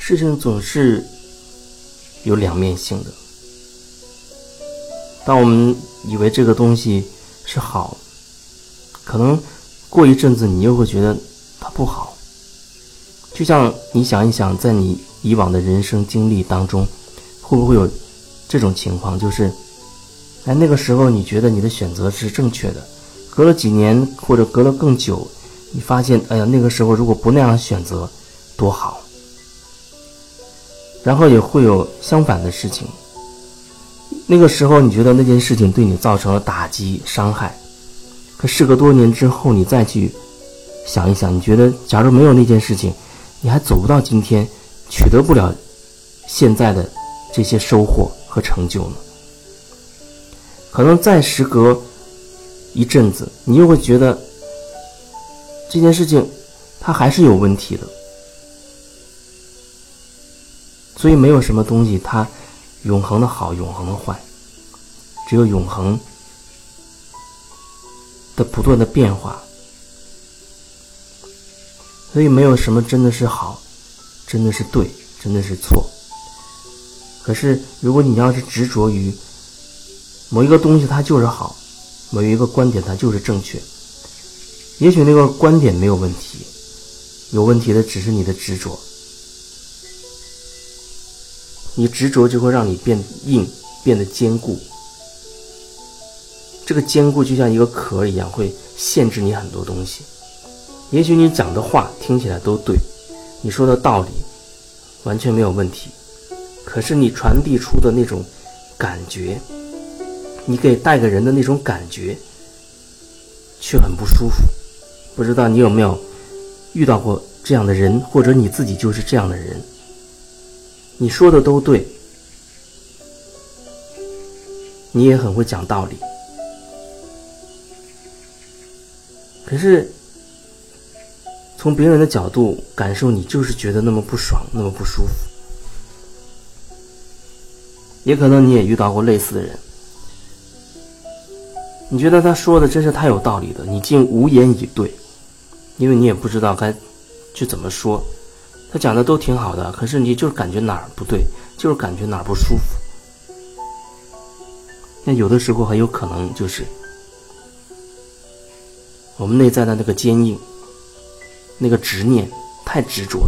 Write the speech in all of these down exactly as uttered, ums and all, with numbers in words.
事情总是有两面性的。当我们以为这个东西是好，可能过一阵子你又会觉得它不好。就像你想一想，在你以往的人生经历当中，会不会有这种情况，就是哎，那个时候你觉得你的选择是正确的，隔了几年或者隔了更久，你发现哎呀，那个时候如果不那样选择多好。然后也会有相反的事情，那个时候你觉得那件事情对你造成了打击伤害，可事隔多年之后你再去想一想，你觉得假如没有那件事情，你还走不到今天，取得不了现在的这些收获和成就呢。可能再时隔一阵子，你又会觉得这件事情它还是有问题的。所以没有什么东西它永恒的好，永恒的坏，只有永恒的不断的变化。所以没有什么真的是好，真的是对，真的是错。可是如果你要是执着于某一个东西它就是好，某一个观点它就是正确，也许那个观点没有问题，有问题的只是你的执着。你执着就会让你变硬，变得坚固。这个坚固就像一个壳一样，会限制你很多东西。也许你讲的话听起来都对，你说的道理完全没有问题，可是你传递出的那种感觉，你给带给人的那种感觉却很不舒服。不知道你有没有遇到过这样的人，或者你自己就是这样的人。你说的都对，你也很会讲道理，可是从别人的角度感受，你就是觉得那么不爽，那么不舒服。也可能你也遇到过类似的人，你觉得他说的真是太有道理的，你竟无言以对，因为你也不知道该去怎么说。他讲的都挺好的，可是你就是感觉哪儿不对，就是感觉哪儿不舒服。那有的时候很有可能就是我们内在的那个坚硬，那个执念太执着了。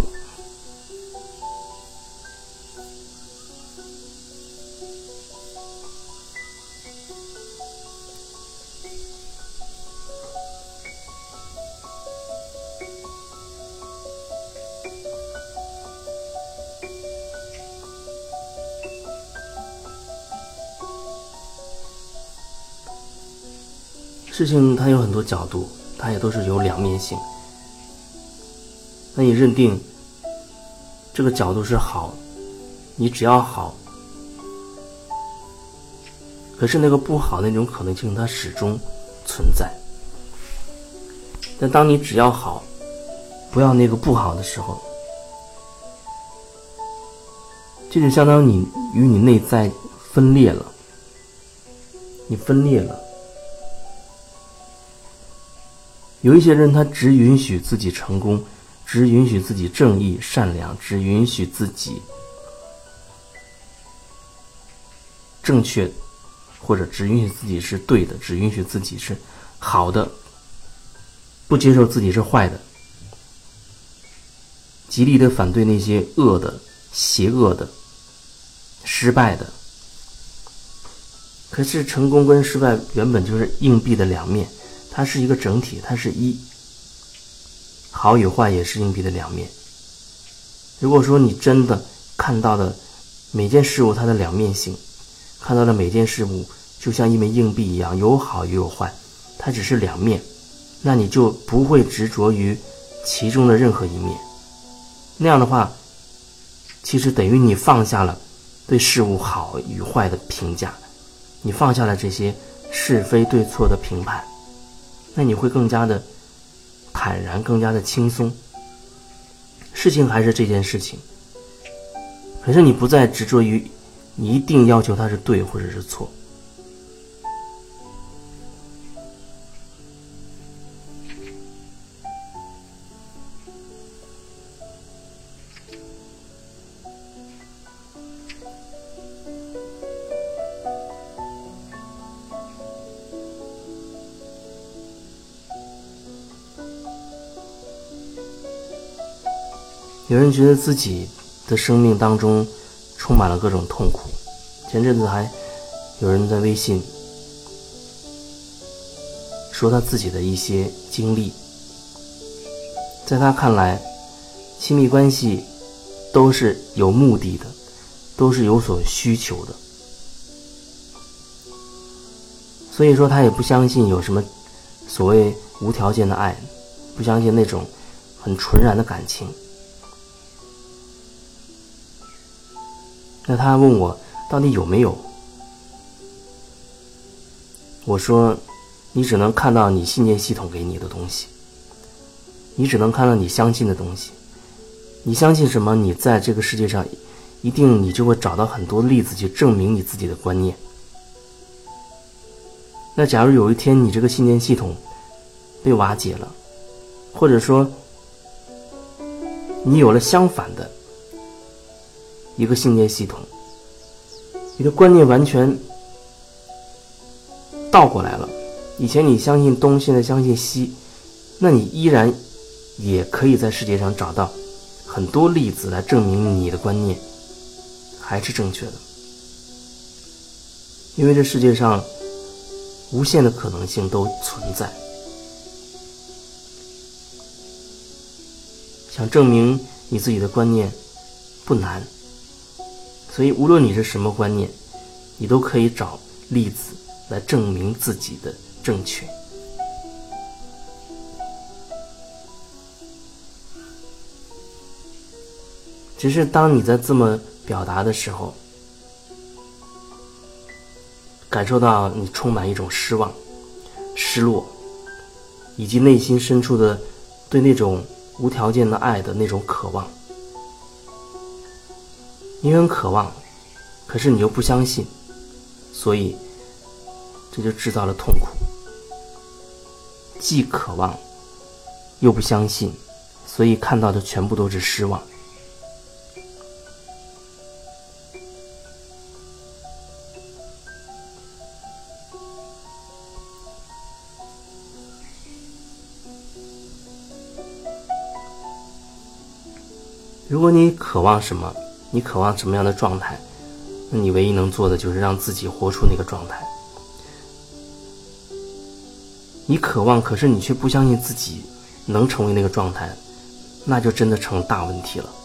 事情它有很多角度，它也都是有两面性。那你认定这个角度是好，你只要好，可是那个不好那种可能性它始终存在。但当你只要好，不要那个不好的时候，这就相当于你与你内在分裂了，你分裂了。有一些人他只允许自己成功，只允许自己正义善良，只允许自己正确，或者只允许自己是对的，只允许自己是好的，不接受自己是坏的，极力的反对那些恶的、邪恶的、失败的。可是成功跟失败原本就是硬币的两面，它是一个整体，它是一，好与坏也是硬币的两面。如果说你真的看到了每件事物它的两面性，看到了每件事物就像一枚硬币一样，有好也有坏，它只是两面，那你就不会执着于其中的任何一面。那样的话，其实等于你放下了对事物好与坏的评价，你放下了这些是非对错的评判，那你会更加的坦然，更加的轻松。事情还是这件事情，可是你不再执着于你一定要求它是对或者是错。 有人觉得自己的生命当中充满了各种痛苦，前阵子还有人在微信说他自己的一些经历，在他看来，亲密关系都是有目的的，都是有所需求的，所以说他也不相信有什么所谓无条件的爱，不相信那种很纯然的感情。那他问我到底有没有，我说你只能看到你信念系统给你的东西，你只能看到你相信的东西，你相信什么，你在这个世界上一定你就会找到很多例子去证明你自己的观念。那假如有一天你这个信念系统被瓦解了，或者说你有了相反的一个信念系统，你的观念完全倒过来了，以前你相信东，现在相信西，那你依然也可以在世界上找到很多例子来证明你的观念还是正确的。因为这世界上无限的可能性都存在，想证明你自己的观念不难，所以无论你是什么观念，你都可以找例子来证明自己的正确。只是当你在这么表达的时候，感受到你充满一种失望、失落，以及内心深处的对那种无条件的爱的那种渴望。你很渴望，可是你又不相信，所以这就制造了痛苦。既渴望又不相信，所以看到的全部都是失望。如果你渴望什么，你渴望什么样的状态，那你唯一能做的就是让自己活出那个状态。你渴望，可是你却不相信自己能成为那个状态，那就真的成大问题了。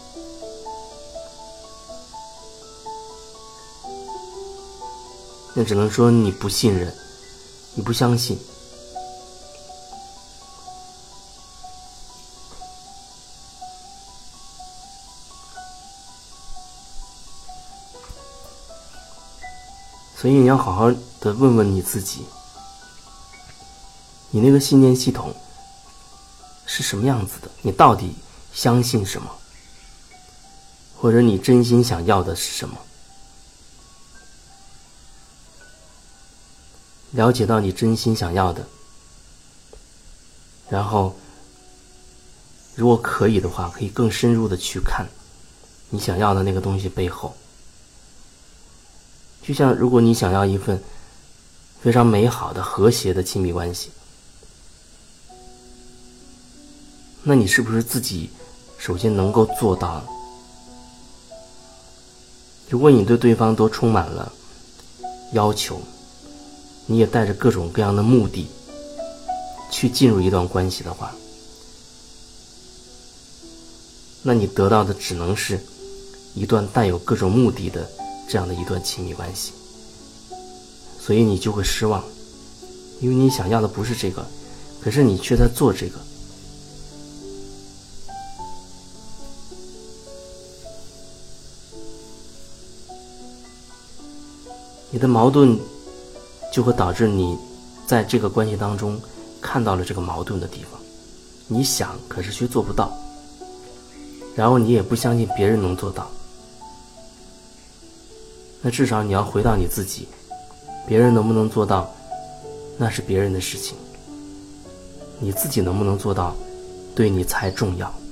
那只能说你不信任，你不相信。所以你要好好的问问你自己，你那个信念系统是什么样子的？你到底相信什么？或者你真心想要的是什么？了解到你真心想要的，然后如果可以的话，可以更深入的去看你想要的那个东西背后。就像如果你想要一份非常美好的和谐的亲密关系，那你是不是自己首先能够做到？如果你对对方都充满了要求，你也带着各种各样的目的去进入一段关系的话，那你得到的只能是一段带有各种目的的这样的一段亲密关系，所以你就会失望，因为你想要的不是这个，可是你却在做这个。你的矛盾就会导致你在这个关系当中看到了这个矛盾的地方，你想可是却做不到，然后你也不相信别人能做到。那至少你要回到你自己，别人能不能做到那是别人的事情，你自己能不能做到对你才重要。